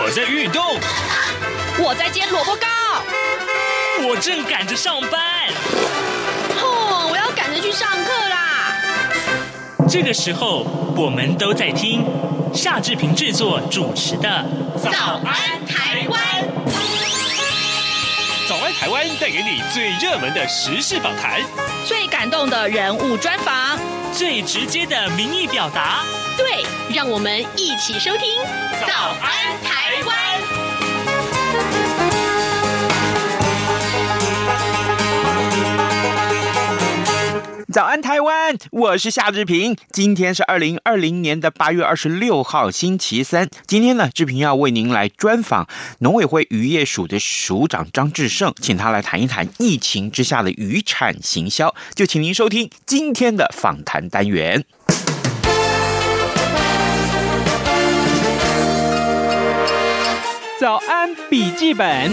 我在运动， 我在煎萝卜糕， 我正赶着上班。 我要赶着去上课啦。 这个时候，我们都在听夏志平制作主持的《 早安台湾》。 早安台湾带给你最热门的时事访谈， 最感动的人物专访， 最直接的民意表达。 对，让我们一起收听《早安台湾》。 早安台湾，我是夏志平。今天是2020年的8月26号，星期三。今天呢，志平要为您来专访农委会渔业署的署长张志胜，请他来谈一谈疫情之下的渔产行销。就请您收听今天的访谈单元。早安笔记本。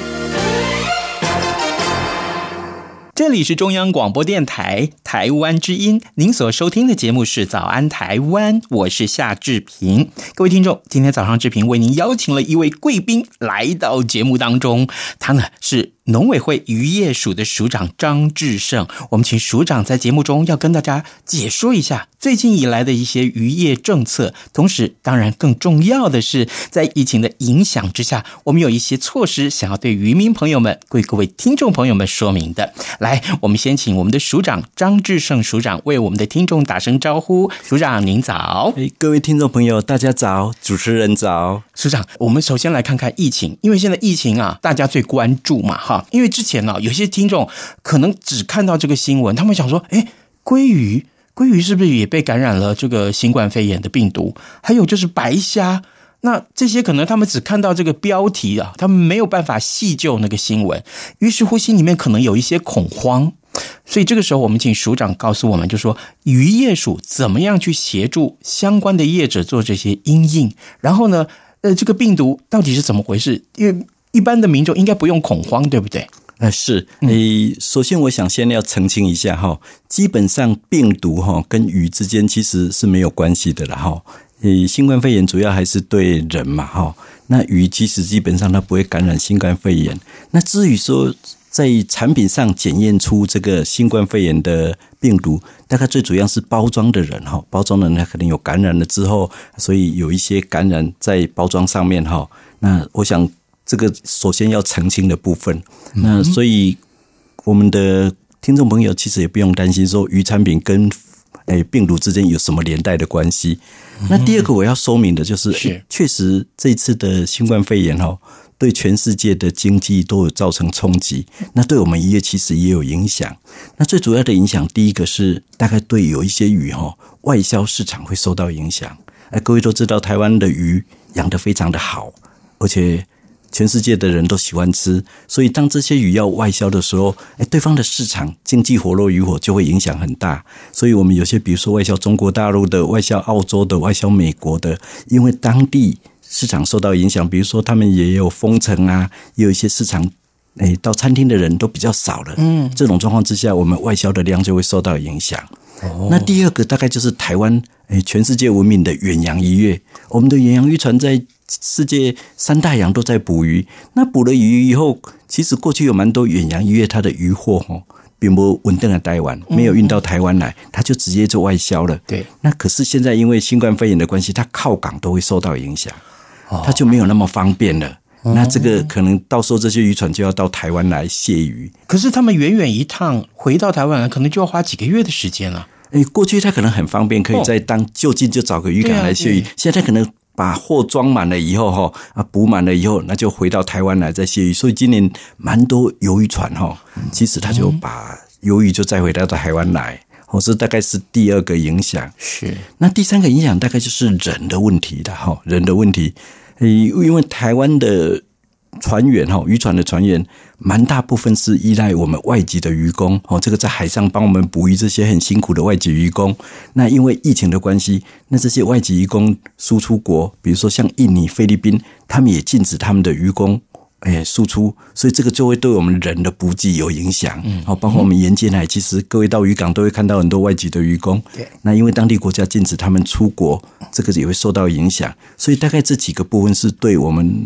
这里是中央广播电台台湾之音，您所收听的节目是早安台湾，我是夏志平。各位听众，今天早上志平为您邀请了一位贵宾来到节目当中，他呢是农委会渔业署的署长张志胜。我们请署长在节目中要跟大家解说一下最近以来的一些渔业政策，同时当然更重要的是在疫情的影响之下，我们有一些措施想要对渔民朋友们、对各位听众朋友们说明的。来，我们先请我们的署长张志胜署长为我们的听众打声招呼。署长您早。 各位听众朋友大家早，主持人早。 署长，我们首先来看看疫情，因为现在疫情啊大家最关注嘛哈，因为之前有些听众可能只看到这个新闻，他们想说鲑鱼是不是也被感染了这个新冠肺炎的病毒？还有就是白虾，那这些可能他们只看到这个标题啊，他们没有办法细究那个新闻，于是乎心里面可能有一些恐慌。所以这个时候我们请署长告诉我们，就说渔业署怎么样去协助相关的业者做这些因应，然后呢这个病毒到底是怎么回事？因为一般的民众应该不用恐慌，对不对？ 是，首先我想先要澄清一下哈，基本上病毒跟鱼之间其实是没有关系的啦哈。新冠肺炎主要还是对人嘛哈，那鱼其实基本上它不会感染新冠肺炎。那至于说在产品上检验出这个新冠肺炎的病毒，大概最主要是包装的人哈，包装的人他可能有感染了之后，所以有一些感染在包装上面哈。那我想这个首先要澄清的部分，那所以我们的听众朋友其实也不用担心说鱼产品跟病毒之间有什么连带的关系。那第二个我要说明的就是确实这一次的新冠肺炎对全世界的经济都有造成冲击，那对我们渔业其实也有影响。那最主要的影响，第一个是大概对有一些鱼外销市场会受到影响。各位都知道台湾的鱼养得非常的好，而且全世界的人都喜欢吃，所以当这些鱼要外销的时候，对方的市场经济活络与否就会影响很大。所以我们有些比如说外销中国大陆的、外销澳洲的、外销美国的，因为当地市场受到影响，比如说他们也有封城啊，也有一些市场到餐厅的人都比较少了，这种状况之下，我们外销的量就会受到影响。那第二个大概就是台湾全世界闻名的远洋渔业，我们的远洋渔船在世界三大洋都在捕鱼，那捕了鱼以后，其实过去有蛮多远洋渔业它的渔货并不稳定的台湾，没有运到台湾来，它就直接就外销了。对，那可是现在因为新冠肺炎的关系，它靠港都会受到影响，它就没有那么方便了。那这个可能到时候这些渔船就要到台湾来卸鱼， 可是他们远远一趟回到台湾来，可能就要花几个月的时间了。 过去它可能很方便，可以在就近就找个渔港来卸鱼，现在可能把货装满了以后补满了以后，那就回到台湾来再卸鱼。所以今年蛮多游渔船其实他就把游鱼就再回到台湾来，这大概是第二个影响。是，那第三个影响大概就是人的问题了人的问题。因为台湾的船员渔船的船员蛮大部分是依赖我们外籍的渔工这个在海上帮我们捕鱼这些很辛苦的外籍渔工。那因为疫情的关系，那这些外籍渔工输出国，比如说像印尼、菲律宾，他们也禁止他们的渔工输出，所以这个就会对我们人的补给有影响。包括我们沿界海，其实各位到渔港都会看到很多外籍的渔工。那因为当地国家禁止他们出国，这个也会受到影响。所以大概这几个部分是对我们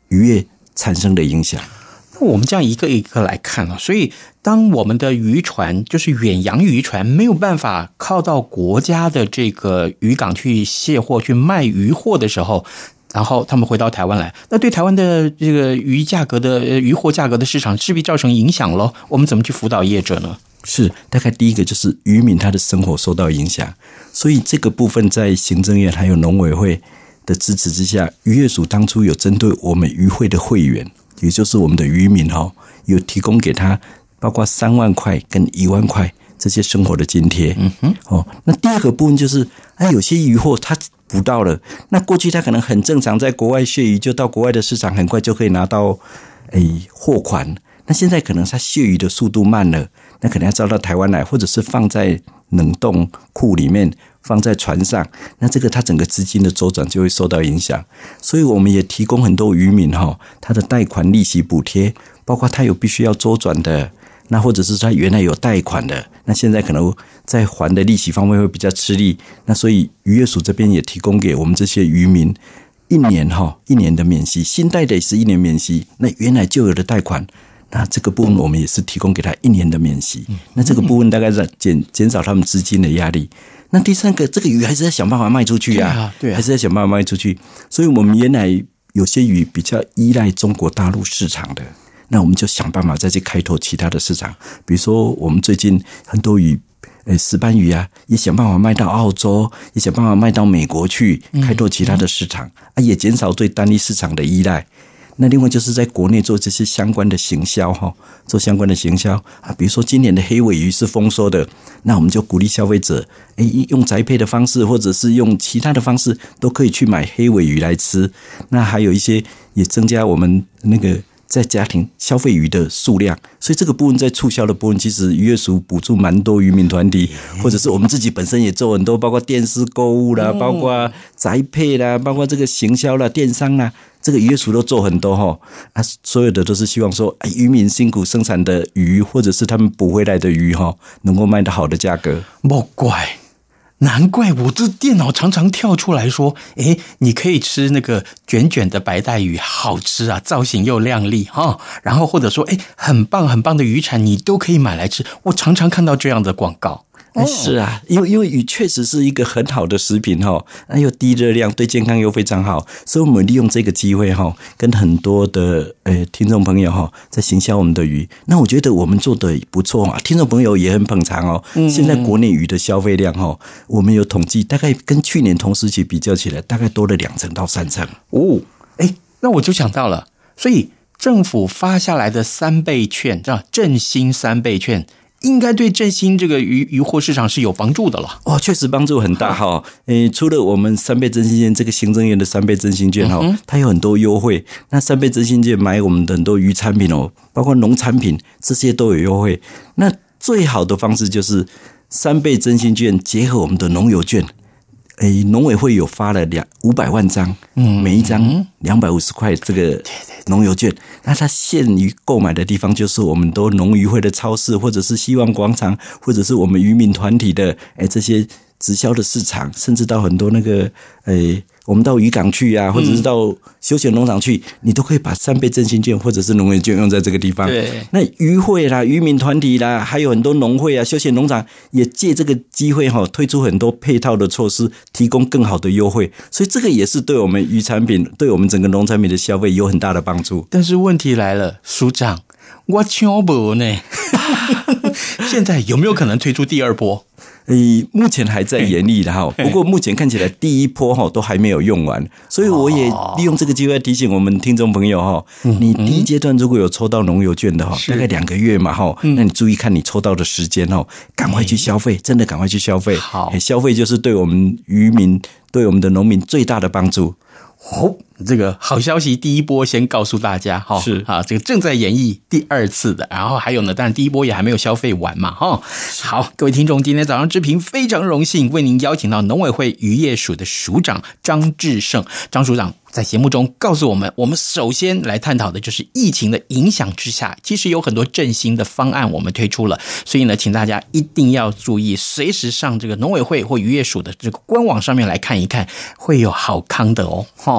渔业产生的影响。 我们这样一个一个来看啊，所以当我们的渔船就是远洋渔船没有办法靠到国家的这个渔港去卸货去卖渔货的时候，然后他们回到台湾来，那对台湾的这个渔货价格的市场势必造成影响咯。我们怎么去辅导业者呢？ 是，大概第一个就是渔民他的生活受到影响，所以这个部分在行政院还有农委会的支持之下，渔业署当初有针对我们渔会的会员，也就是我们的渔民有提供给他包括3万块跟1万块这些生活的津贴。那第二个部分就是有些渔获他捕到了，那过去他可能很正常在国外卸鱼，就到国外的市场很快就可以拿到货款，那现在可能他卸鱼的速度慢了，那可能要招到台湾来，或者是放在冷冻库里面，放在船上，那这个他整个资金的周转就会受到影响。所以我们也提供很多渔民他的贷款利息补贴，包括他有必须要周转的，那或者是他原来有贷款的，那现在可能在还的利息方面会比较吃力，那所以渔业署这边也提供给我们这些渔民1年的免息，新贷的也是1年免息，那原来就有的贷款，那这个部分我们也是提供给他1年的免息，那这个部分大概是减少他们资金的压力。那第三个，这个鱼还是在想办法卖出去啊，对啊，还是在想办法卖出去。所以我们原来有些鱼比较依赖中国大陆市场的，那我们就想办法再去开拓其他的市场，比如说我们最近很多鱼石斑鱼啊，也想办法卖到澳洲，也想办法卖到美国去，开拓其他的市场也减少对单一市场的依赖。那另外就是在国内做这些相关的行销做相关的行销比如说今年的黑尾鱼是丰收的，那我们就鼓励消费者用宅配的方式，或者是用其他的方式都可以去买黑尾鱼来吃。那还有一些也增加我们那个在家庭消费鱼的数量，所以这个部分在促销的部分，其实渔业署补助蛮多渔民团体，或者是我们自己本身也做很多，包括电视购物啦，包括宅配啦，包括这个行销啦、电商啦，这个渔业署都做很多所有的都是希望说渔民辛苦生产的鱼，或者是他们捕回来的鱼能够卖到好的价格。 莫怪难怪我这电脑常常跳出来说你可以吃那个卷卷的白带鱼，好吃啊，造型又亮丽然后或者说很棒很棒的渔产你都可以买来吃，我常常看到这样的广告。 是啊，因为鱼确实是一个很好的食品又低热量，对健康又非常好，所以我们利用这个机会跟很多的听众朋友在行销我们的鱼。那我觉得我们做的不错听众朋友也很捧场现在国内鱼的消费量我们有统计，大概跟去年同时期比较起来，大概多了2成到3成那我就想到了，所以政府发下来的3倍券，振兴3倍券应该对振兴这个渔货市场是有帮助的了。 确实帮助很大除了我们3倍振兴券，这个行政院的3倍振兴券它有很多优惠。那3倍振兴券买我们的很多渔产品包括农产品，这些都有优惠。那最好的方式就是3倍振兴券结合我们的农友券。农委会有发了500万张，每一张250块这个农友券，那它限于购买的地方就是我们都农渔会的超市，或者是希望广场，或者是我们渔民团体的这些直销的市场，甚至到很多那个我们到渔港去啊，或者是到休闲农场去，你都可以把3倍振兴券或者是农业券用在这个地方。 对， 那渔会啦、渔民团体啦，还有很多农会啊、休闲农场也借这个机会推出很多配套的措施，提供更好的优惠。所以这个也是对我们渔产品、对我们整个农产品的消费有很大的帮助。 但是问题来了，署长，我抢不呢？现在有没有可能推出第2波？ 目前还在研议的不过目前看起来第1波都还没有用完，所以我也利用这个机会提醒我们听众朋友你第一阶段如果有抽到农友券的大概2个月嘛那你注意看你抽到的时间赶快去消费，真的赶快去消费。好，消费就是对我们渔民、对我们的农民最大的帮助。 这个好消息第1波先告诉大家是这个正在研议第2次的，然后还有呢，当然第1波也还没有消费完嘛好，各位听众，今天早上之平非常荣幸为您邀请到农委会渔业署的署长张志胜。张署长在节目中告诉我们，我们首先来探讨的就是疫情的影响之下，其实有很多振兴的方案我们推出了，所以呢，请大家一定要注意，随时上这个农委会或渔业署的这个官网上面来看一看，会有好康的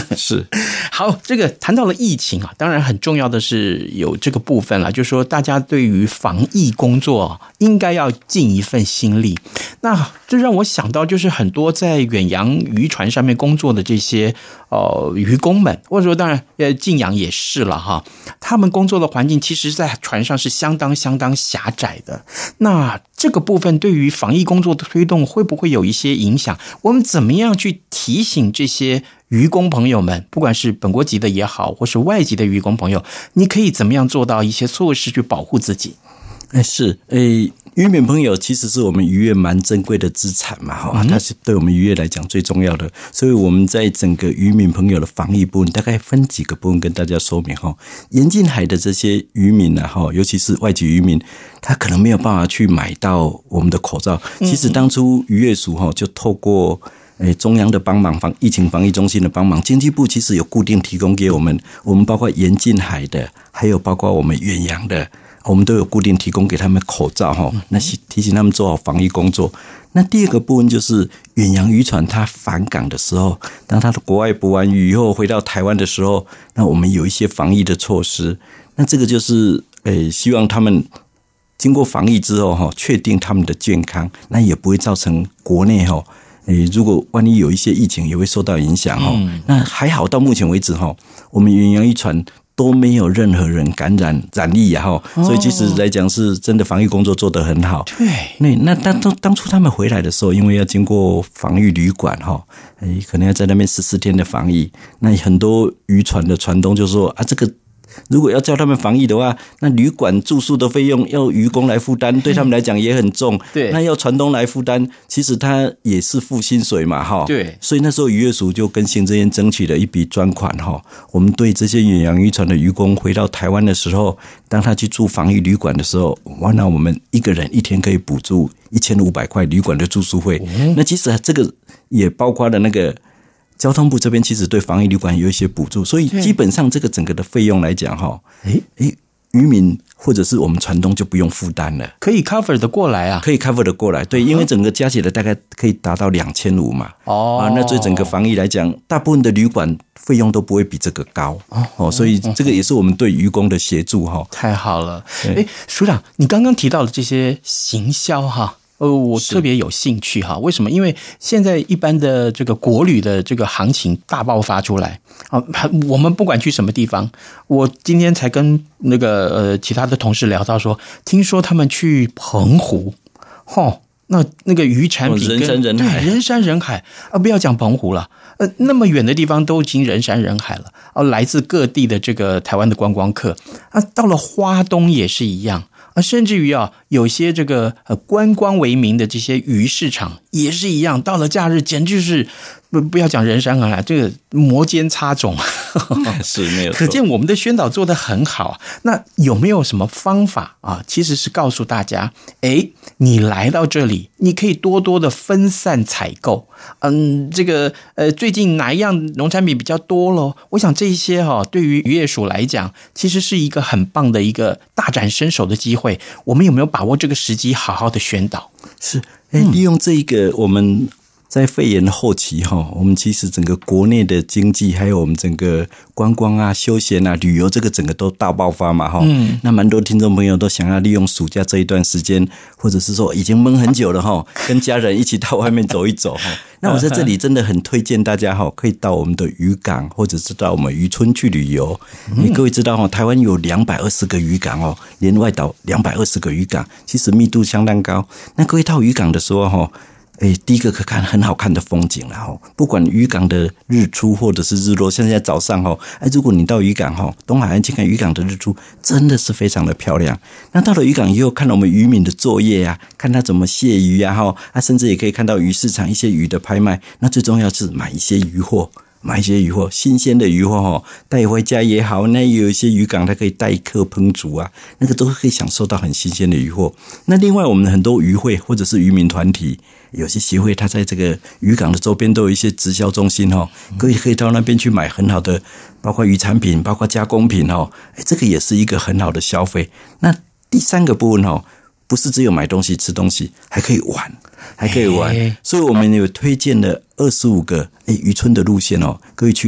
是。 好，这个谈到了疫情啊，当然很重要的是有这个部分了，就是说大家对于防疫工作应该要尽一份心力。那这让我想到，就是很多在远洋渔船上面工作的这些渔工们，或者说当然近洋也是了哈，他们工作的环境其实在船上是相当狭窄的。那这个部分对于防疫工作的推动会不会有一些影响？我们怎么样去提醒这些渔工朋友们，不管是本国籍的也好，或是外籍的渔工朋友，你可以怎么样做到一些措施去保护自己？ 渔民朋友其实是我们渔业蛮珍贵的资产嘛，它是对我们渔业来讲最重要的，所以我们在整个渔民朋友的防疫部分大概分几个部分跟大家说明。沿近海的这些渔民啊，尤其是外籍渔民，他可能没有办法去买到我们的口罩。其实当初渔业署就透过中央的帮忙，疫情防疫中心的帮忙，经济部其实有固定提供给我们包括沿近海的，还有包括我们远洋的，我们都有固定提供给他们口罩，那提醒他们做好防疫工作。那第二个部分就是远洋渔船它返港的时候，当它的国外捕完鱼以后回到台湾的时候，那我们有一些防疫的措施。那这个就是希望他们经过防疫之后确定他们的健康，那也不会造成国内如果万一有一些疫情也会受到影响那还好，到目前为止我们远洋渔船都没有任何人染疫所以其实来讲是真的防疫工作做得很好。 对， 那当初他们回来的时候，因为要经过防疫旅馆可能要在那边14天的防疫，那很多渔船的船东就说这个如果要叫他们防疫的话，那旅馆住宿的费用要渔工来负担，对他们来讲也很重。 对， 那要船东来负担，其实他也是付薪水嘛， 对。 所以那时候渔业署就跟行政院争取了一笔专款我们对这些远洋渔船的渔工回到台湾的时候，当他去住防疫旅馆的时候，那我们一个人一天可以补助1500块旅馆的住宿费。那其实这个也包括了那个交通部这边其实对防疫旅馆有一些补助，所以基本上这个整个的费用来讲渔民或者是我们船东就不用负担了， 可以 cover 得过来啊， 可以 cover 得过来。对，因为整个加起来大概可以达到2500嘛。那对整个防疫来讲，大部分的旅馆费用都不会比这个高所以这个也是我们对渔工的协助太好了。署长，你刚刚提到的这些行销我特别有兴趣为什么？因为现在一般的这个国旅的这个行情大爆发出来我们不管去什么地方，我今天才跟那个其他的同事聊到说，听说他们去澎湖那个渔产品人山人海， 对，人山人海不要讲澎湖了，那么远的地方都已经人山人海了来自各地的这个台湾的观光客到了花东也是一样甚至于有些这个观光为名的这些鱼市场也是一样，到了假日简直是不要讲人山人海，这个摩肩擦踵是没有错。 可见我们的宣导做得很好。那有没有什么方法其实是告诉大家你来到这里你可以多多的分散采购这个最近哪一样农产品比较多咯？我想这一些对于渔业署来讲其实是一个很棒的一个大展身手的机会，我们有没有把握这个时机好好的宣导？ 是利用这一个我们在肺炎后期我们其实整个国内的经济还有我们整个观光休闲旅游这个整个都大爆发嘛那蛮多听众朋友都想要利用暑假这一段时间，或者是说已经闷很久了跟家人一起到外面走一走那我在这里真的很推荐大家可以到我们的渔港或者是到我们渔村去旅游。各位知道台湾有220个渔港连外岛220个渔港，其实密度相当高。那各位到渔港的时候第一个可看很好看的风景了不管渔港的日出或者是日落，现在早上如果你到渔港东海岸去看渔港的日出，真的是非常的漂亮。那到了渔港以后，看到我们渔民的作业看他怎么卸鱼甚至也可以看到鱼市场一些鱼的拍卖。那最重要是买一些鱼货，新鲜的鱼货带回家也好，那有一些渔港它可以代客烹煮那个都可以享受到很新鲜的鱼货。那另外我们很多渔会或者是渔民团体，有些协会它在这个渔港的周边都有一些直销中心各位可以到那边去买很好的包括渔产品包括加工品这个也是一个很好的消费。那第三个部分不是只有买东西吃东西，还可以玩。所以我们有推荐了25个渔村的路线各位去玩。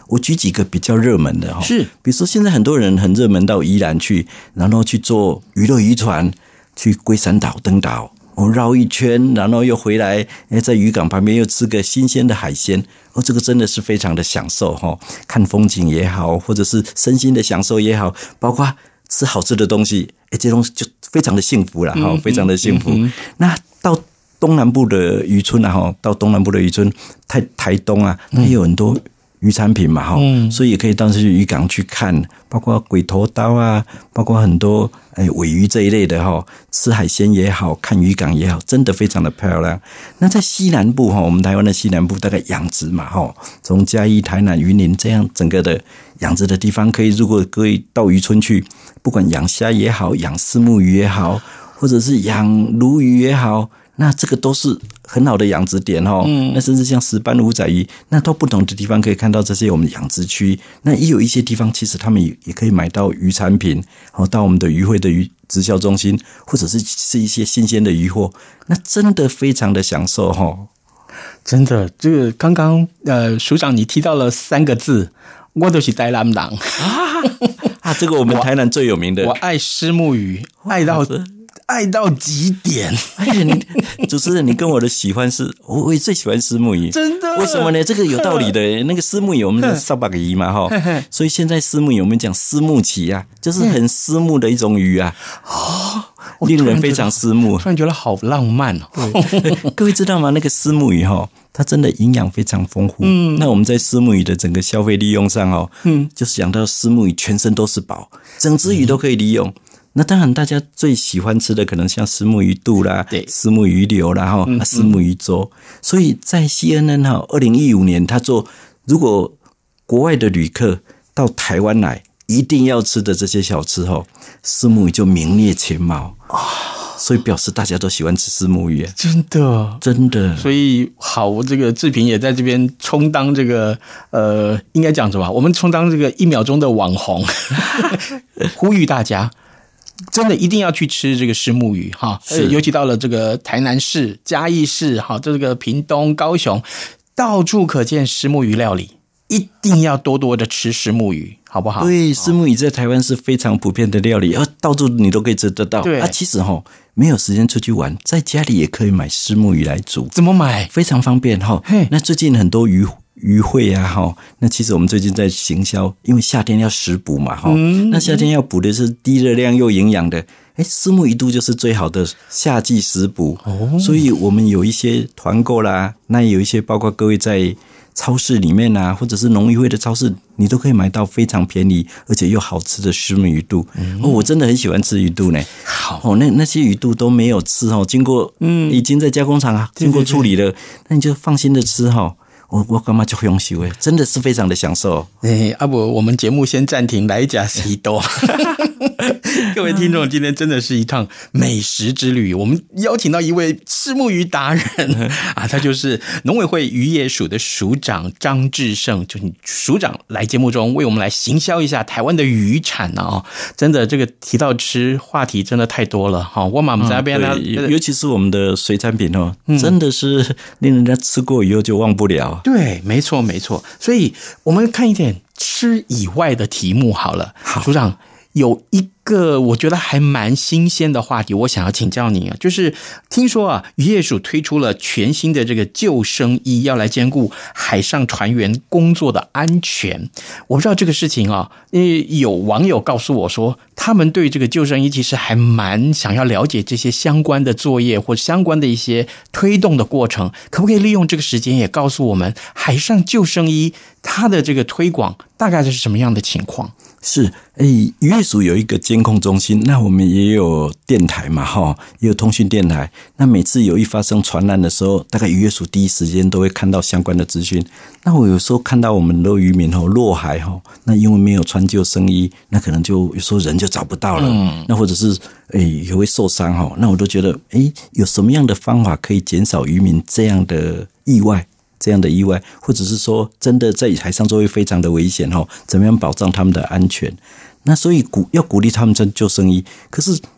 我举几个比较热门的是， 比如说现在很多人很热门到宜兰去，然后去做娱乐渔船，去龟山岛登岛，绕一圈，然后又回来，在渔港旁边又吃个新鲜的海鲜，这个真的是非常的享受看风景也好，或者是身心的享受也好，包括吃好吃的东西，这东西就非常的幸福了非常的幸福。那到东南部的渔村到东南部的渔村，台东啊，它有很多渔产品嘛所以也可以到去渔港去看，包括鬼头刀啊，包括很多尾鱼这一类的吃海鲜也好，看渔港也好，真的非常的漂亮。那在西南部我们台湾的西南部大概养殖嘛从嘉义、台南、云林这样整个的养殖的地方，如果各位到渔村去，不管养虾也好，养虱目鱼也好，或者是养鲈鱼也好，那这个都是很好的养殖点那甚至像石斑、五仔鱼，那到不同的地方可以看到这些我们养殖区。那也有一些地方其实他们也可以买到渔产品到我们的渔会的直销中心，或者是一些新鲜的渔货，那真的非常的享受真的，这个刚刚署长你提到了3个字，我就是台南人这个我们台南最有名的， 我爱虱目鱼，爱到极点。 主持人，你跟我的喜欢是，我也最喜欢虱目鱼， 真的？ 为什么呢？这个有道理的。那个虱目鱼我们叫扫把鱼嘛所以现在虱目鱼我们讲虱目旗啊，就是很虱目的一种鱼啊令人非常虱目， 突然觉得好浪漫各位知道吗？那个虱目鱼它真的营养非常丰富那我们在虱目鱼的整个消费利用上就是讲到虱目鱼全身都是宝，整只鱼都可以利用那当然大家最喜欢吃的可能像虱目鱼肚啦，虱目鱼柳啦虱目鱼粥。所以在 CNN 2015年他做，如果国外的旅客到台湾来一定要吃的这些小吃虱目鱼就名列前茅所以表示大家都喜欢吃虱目鱼，真的。所以好，这个志平也在这边充当这个应该讲什么？我们充当这个1秒钟的网红，呼吁大家真的一定要去吃这个虱目鱼尤其到了这个台南市、嘉义市这个屏东、高雄，到处可见虱目鱼料理，一定要多多的吃虱目鱼，好不好？ 对，虱目鱼在台湾是非常普遍的料理，到处你都可以吃得到。 对其实没有时间出去玩，在家里也可以买虱目鱼来煮。 怎么买？ 非常方便那最近很多渔会啊那其实我们最近在行销，因为夏天要食补嘛那夏天要补的是低热量又营养的，虱目鱼肚就是最好的夏季食补所以我们有一些团购啦，那有一些包括各位在超市里面啊，或者是农渔会的超市，你都可以买到非常便宜而且又好吃的虱目鱼肚我真的很喜欢吃鱼肚呢。好那些鱼肚都没有吃经过已经在加工厂经过处理了，那你就放心的吃我干嘛就用手真的是非常的享受不我们节目先暂停，来一家西多各位听众，今天真的是一趟美食之旅，我们邀请到一位虱目鱼达人他就是农委会渔业署的署长张志胜，就是署长来节目中为我们来行销一下台湾的渔产真的这个提到吃话题真的太多了我们在那边尤其是我们的水产品真的是令人家吃过以后就忘不了对，没错没错。所以我们看一点吃以外的题目好了。署长，有一个我觉得还蛮新鲜的话题，我想要请教您就是听说渔业署推出了全新的这个救生衣，要来兼顾海上船员工作的安全。我不知道这个事情因为有网友告诉我说，他们对这个救生衣其实还蛮想要了解这些相关的作业或相关的一些推动的过程，可不可以利用这个时间也告诉我们海上救生衣它的这个推广大概是什么样的情况？ 是渔业署有一个监控中心，那我们也有电台嘛也有通讯电台，那每次有一发生船难的时候，大概渔业署第一时间都会看到相关的资讯。那我有时候看到我们的渔民落海那因为没有穿救生衣，那可能就有时候人就找不到了那或者是也会受伤那我都觉得有什么样的方法可以减少渔民这样的意外，或者是说真的在海上作业非常的危险怎么样保障他们的安全。那所以要鼓励他们穿救生衣，可是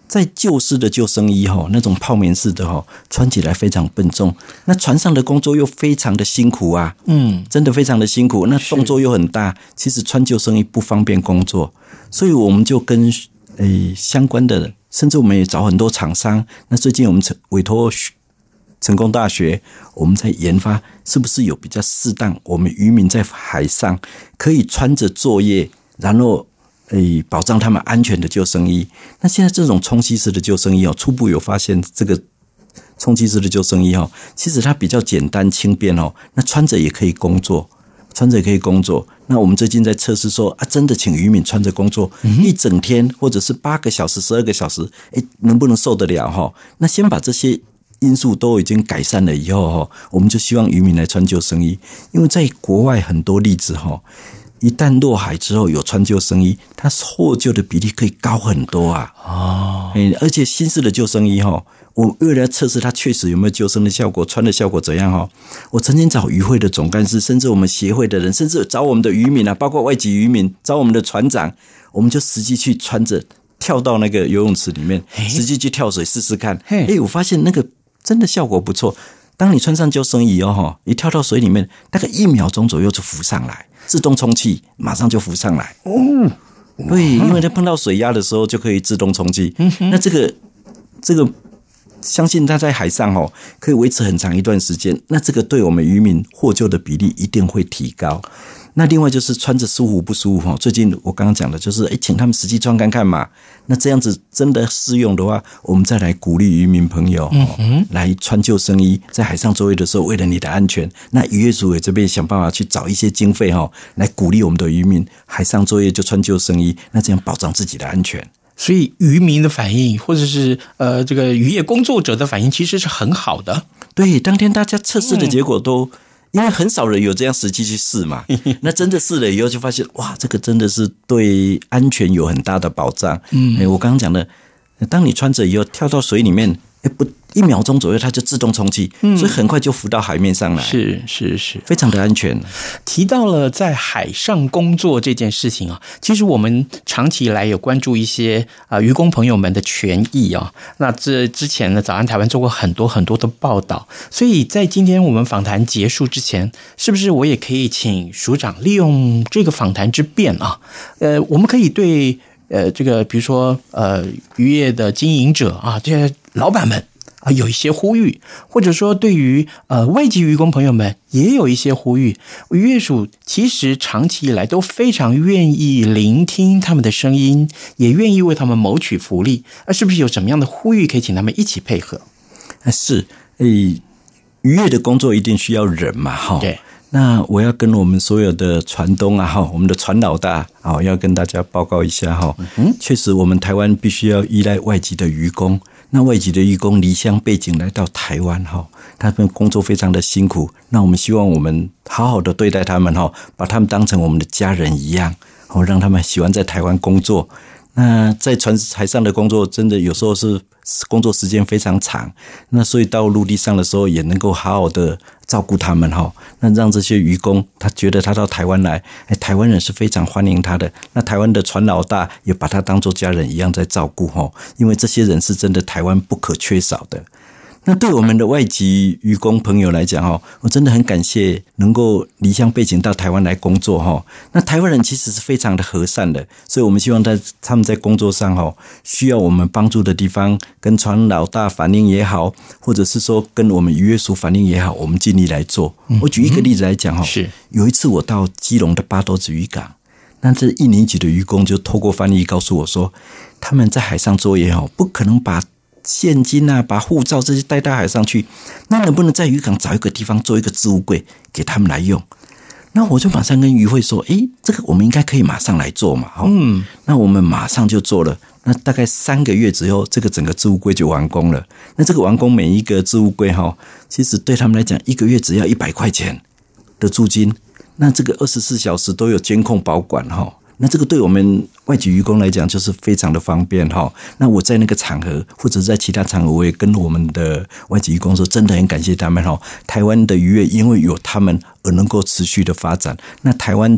在旧式的救生衣那种泡棉式的穿起来非常笨重，那船上的工作又非常的辛苦啊，真的非常的辛苦，那动作又很大，其实穿救生衣不方便工作，所以我们就跟相关的，甚至我们也找很多厂商。那最近我们委托成功大学，我们在研发是不是有比较适当，我们渔民在海上可以穿着作业，然后保障他们安全的救生衣。那现在这种充气式的救生衣初步有发现，这个充气式的救生衣其实它比较简单轻便那穿着也可以工作，那我们最近在测试说真的请渔民穿着工作一整天，或者是8个小时、12个小时，能不能受得了那先把这些因素都已经改善了以后我们就希望渔民来穿救生衣，因为在国外很多例子一旦落海之后有穿救生衣，它获救的比例可以高很多啊！而且新式的救生衣我为了测试它确实有没有救生的效果，穿的效果怎样我曾经找渔会的总干事，甚至我们协会的人，甚至找我们的渔民包括外籍渔民，找我们的船长，我们就实际去穿着跳到那个游泳池里面，实际去跳水试试看。我发现那个真的效果不错。当你穿上救生衣一跳到水里面，大概1秒钟左右就浮上来，自动充气，马上就浮上来。对，因为它碰到水压的时候就可以自动充气。那这个，相信它在海上可以维持很长一段时间。那这个对我们渔民获救的比例一定会提高。那另外就是穿着舒服不舒服最近我刚刚讲的就是请他们实际穿看看嘛。那这样子真的适用的话，我们再来鼓励渔民朋友来穿救生衣，在海上作业的时候，为了你的安全，那渔业署也这边想办法去找一些经费来鼓励我们的渔民海上作业就穿救生衣，那这样保障自己的安全。 所以渔民的反应，或者是这个渔业工作者的反应，其实是很好的。 对，当天大家测试的结果都。因为很少人有这样实际去试嘛，那真的试了以后就发现，哇，这个真的是对安全有很大的保障。我刚刚讲的，当你穿着以后跳到水里面，不1秒钟左右它就自动充气，所以很快就浮到海面上来， 是， 非常的安全。 提到了在海上工作这件事情其实我们长期以来有关注一些渔工朋友们的权益那这之前呢，早安台湾做过很多很多的报道，所以在今天我们访谈结束之前，是不是我也可以请署长利用这个访谈之便我们可以对这个比如说渔业的经营者这些老板们有一些呼吁，或者说对于外籍渔工朋友们也有一些呼吁。渔业署其实长期以来都非常愿意聆听他们的声音，也愿意为他们谋取福利。是不是有什么样的呼吁可以请他们一起配合？ 是，渔业的工作一定需要人嘛， 对。 那我要跟我们所有的船东我们的船老大要跟大家报告一下确实我们台湾必须要依赖外籍的渔工。那外籍的渔工离乡背井来到台湾他们工作非常的辛苦，那我们希望我们好好的对待他们把他们当成我们的家人一样让他们喜欢在台湾工作。那在海上的工作真的有时候是工作时间非常长，那所以到陆地上的时候也能够好好的照顾他们那让这些渔工他觉得他到台湾来，台湾人是非常欢迎他的，那台湾的船老大也把他当作家人一样在照顾因为这些人是真的台湾不可缺少的。那对我们的外籍渔工朋友来讲我真的很感谢能够离乡背井到台湾来工作那台湾人其实是非常的和善的，所以我们希望他们在工作上需要我们帮助的地方，跟船老大反映也好，或者是说跟我们渔业署反映也好，我们尽力来做。我举一个例子来讲是有一次我到基隆的八斗子渔港，那这1年级的渔工就透过翻译告诉我说，他们在海上作业不可能把现金把护照这些带到海上去，那能不能在渔港找一个地方做一个置物柜给他们来用？那我就马上跟渔会说，这个我们应该可以马上来做嘛。那我们马上就做了。那大概3个月之后，这个整个置物柜就完工了。那这个完工每一个置物柜其实对他们来讲1个月只要100块钱的租金，那这个24小时都有监控保管那这个对我们外籍渔工来讲就是非常的方便那我在那个场合或者在其他场合，我也跟我们的外籍渔工说，真的很感谢他们台湾的渔业因为有他们而能够持续的发展。那台湾的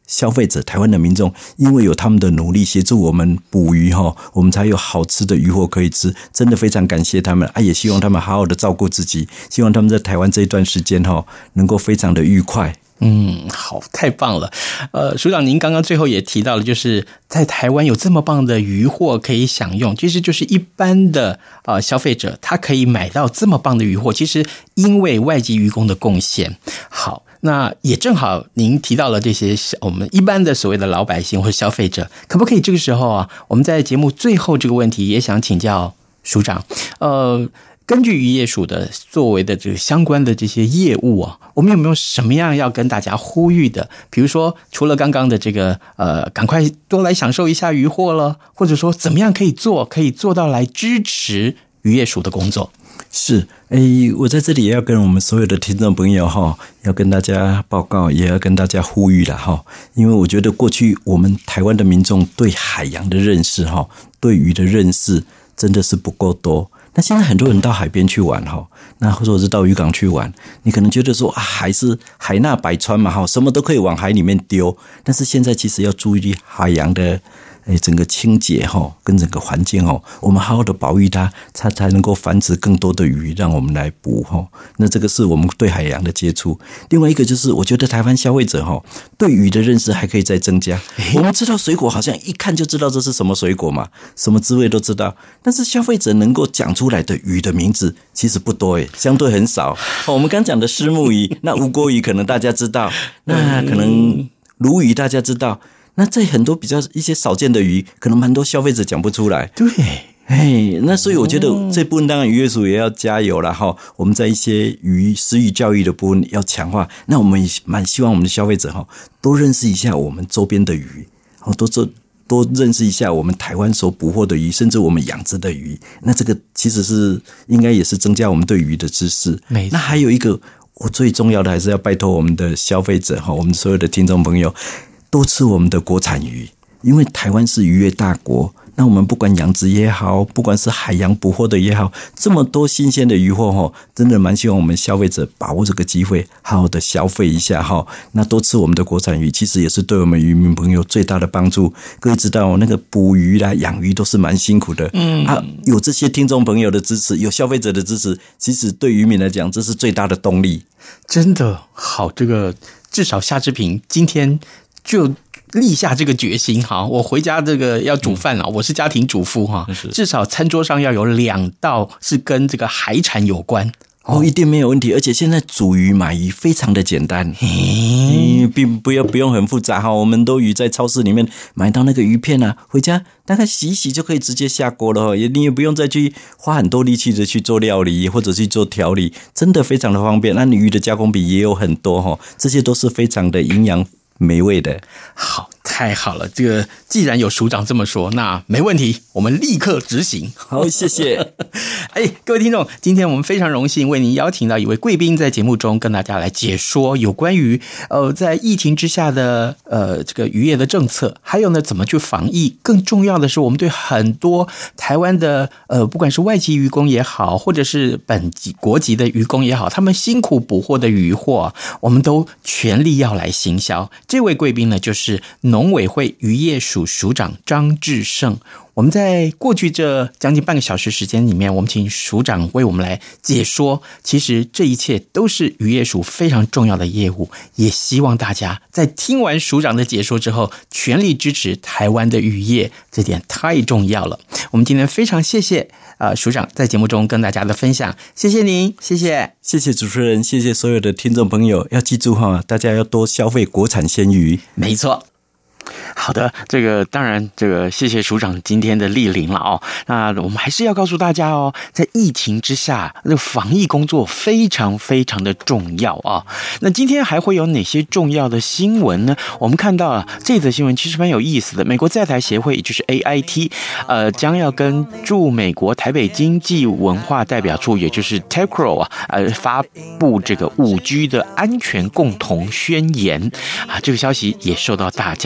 消费者台湾的民众，因为有他们的努力协助我们捕鱼我们才有好吃的鱼货可以吃，真的非常感谢他们也希望他们好好的照顾自己，希望他们在台湾这一段时间能够非常的愉快。 好，太棒了。署长您刚刚最后也提到了，就是在台湾有这么棒的渔获可以享用，其实就是一般的消费者他可以买到这么棒的渔获，其实因为外籍渔工的贡献。好，那也正好您提到了这些我们一般的所谓的老百姓或消费者，可不可以这个时候我们在节目最后这个问题也想请教署长，根据渔业署的作为的这个相关的这些业务我们有没有什么样要跟大家呼吁的？比如说，除了刚刚的这个赶快多来享受一下渔获了，或者说怎么样可以做到来支持渔业署的工作？ 是，我在这里也要跟我们所有的听众朋友要跟大家报告，也要跟大家呼吁了因为我觉得过去我们台湾的民众对海洋的认识对鱼的认识真的是不够多。那现在很多人到海边去玩那或者是到渔港去玩，你可能觉得说海是海纳百川嘛什么都可以往海里面丢，但是现在其实要注意海洋的整个清洁跟整个环境我们好好的保育它才能够繁殖更多的鱼让我们来捕那这个是我们对海洋的接触。另外一个就是我觉得台湾消费者对鱼的认识还可以再增加。我们知道水果好像一看就知道这是什么水果嘛，什么滋味都知道，但是消费者能够讲出来的鱼的名字其实不多相对很少我们刚讲的虱目鱼，那吴郭鱼可能大家知道，那可能鲈鱼大家知道，那这很多比较一些少见的鱼，可能蛮多消费者讲不出来。 对， 那所以我觉得这部分当然渔业署也要加油啦我们在一些食鱼教育的部分要强化。那我们也蛮希望我们的消费者多认识一下我们周边的鱼，多认识一下我们台湾所捕获的鱼，甚至我们养殖的鱼。那这个其实是应该也是增加我们对鱼的知识。那还有一个我最重要的还是要拜托我们的消费者我们所有的听众朋友多吃我们的国产鱼，因为台湾是渔业大国，那我们不管养殖也好，不管是海洋捕获的也好，这么多新鲜的渔获真的蛮希望我们消费者把握这个机会好好的消费一下那多吃我们的国产鱼其实也是对我们渔民朋友最大的帮助。各位知道那个捕鱼啦养鱼都是蛮辛苦的有这些听众朋友的支持，有消费者的支持，其实对渔民来讲这是最大的动力。 真的好，这个至少夏志平今天就立下这个决心我回家这个要煮饭我是家庭主妇至少餐桌上要有2道是跟这个海产有关一定没有问题。而且现在煮鱼买鱼非常的简单，并不用很复杂我们都鱼在超市里面买到那个鱼片回家大概洗一洗就可以直接下锅了你也不用再去花很多力气的去做料理或者去做调理，真的非常的方便。那鱼的加工品也有很多这些都是非常的营养美味的。 好，太好了，这个既然有署长这么说，那没问题，我们立刻执行。 好，谢谢。 各位听众，今天我们非常荣幸为您邀请到一位贵宾，在节目中跟大家来解说有关于在疫情之下的这个渔业的政策，还有呢怎么去防疫。更重要的是，我们对很多台湾的不管是外籍渔工也好，或者是本国籍的渔工也好，他们辛苦捕获的渔获，我们都全力要来行销。这位贵宾呢，就是农委会渔业署署长张志胜。我们在过去这将近半个小时时间里面，我们请署长为我们来解说，其实这一切都是渔业署非常重要的业务，也希望大家在听完署长的解说之后，全力支持台湾的渔业，这点太重要了。我们今天非常谢谢署长在节目中跟大家的分享，谢谢您，谢谢， 谢谢主持人，谢谢所有的听众朋友，要记住大家要多消费国产鲜鱼。 没错。好的，这个当然，这个谢谢署长今天的莅临了那我们还是要告诉大家在疫情之下，这个防疫工作非常非常的重要那今天还会有哪些重要的新闻呢？我们看到这则新闻其实蛮有意思的。美国在台协会，也就是 AIT， 将要跟驻美国台北经济文化代表处，也就是 TECRO 发布这个5G 的安全共同宣言这个消息也受到大家的瞩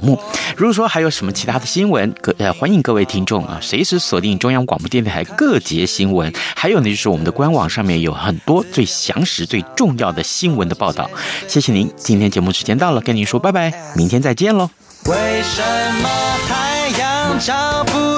目。如果说还有什么其他的新闻，欢迎各位听众啊，随时锁定中央广播电台各节新闻。还有呢，就是我们的官网上面有很多最详实、最重要的新闻的报道。谢谢您，今天节目时间到了，跟您说拜拜，明天再见喽。 为什么太阳照不